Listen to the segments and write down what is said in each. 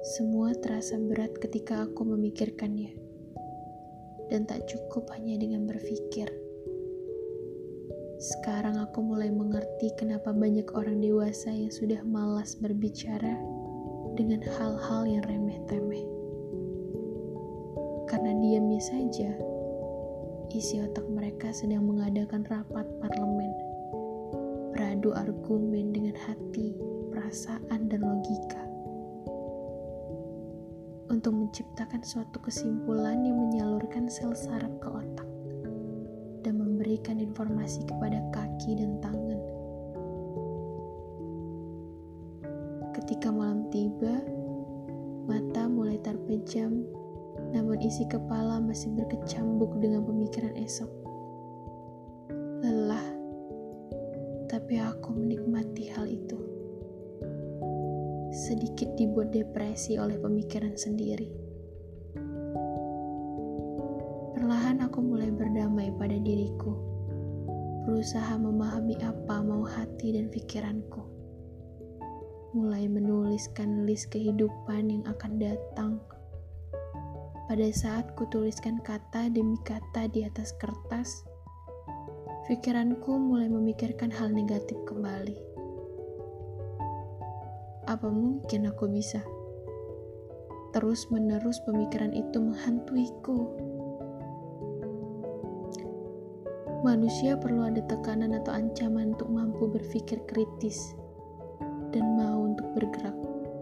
Semua terasa berat ketika aku memikirkannya, dan tak cukup hanya dengan berpikir. Sekarang aku mulai mengerti kenapa banyak orang dewasa yang sudah malas berbicara dengan hal-hal yang remeh-temeh. Karena diamnya saja, isi otak mereka sedang mengadakan rapat parlemen, beradu argumen dengan hati, perasaan, dan logika, untuk menciptakan suatu kesimpulan yang menyalurkan sel saraf ke otak dan memberikan informasi kepada kaki dan tangan. Ketika malam tiba, mata mulai terpejam, namun isi kepala masih berkecambuk dengan pemikiran esok. Lelah, tapi aku menikmati hal itu. Sedikit dibuat depresi oleh pemikiran sendiri. Perlahan aku mulai berdamai pada diriku, berusaha memahami apa mau hati dan pikiranku. Mulai menuliskan list kehidupan yang akan datang. Pada saat kutuliskan kata demi kata di atas kertas, pikiranku mulai memikirkan hal negatif kembali. Apa mungkin aku bisa? Terus-menerus pemikiran itu menghantuiku. Manusia perlu ada tekanan atau ancaman untuk mampu berpikir kritis dan mau untuk bergerak.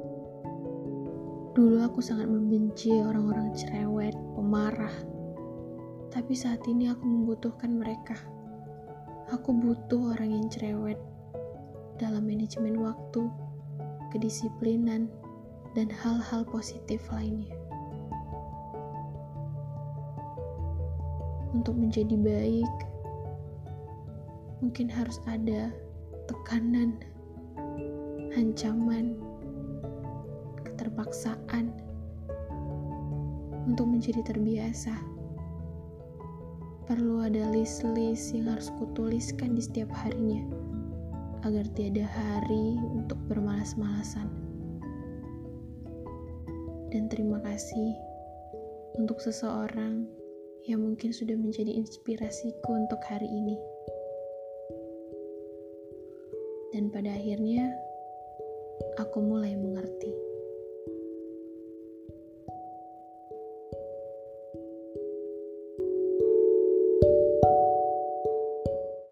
Dulu aku sangat membenci orang-orang cerewet, pemarah. Tapi saat ini aku membutuhkan mereka. Aku butuh orang yang cerewet dalam manajemen waktu, kedisiplinan, dan hal-hal positif lainnya. Untuk menjadi baik, mungkin harus ada tekanan, ancaman, keterpaksaan untuk menjadi terbiasa. Perlu ada list-list yang harus kutuliskan di setiap harinya, agar tiada hari untuk bermalas-malasan. Dan terima kasih untuk seseorang yang mungkin sudah menjadi inspirasiku untuk hari ini. Dan pada akhirnya, aku mulai mengerti.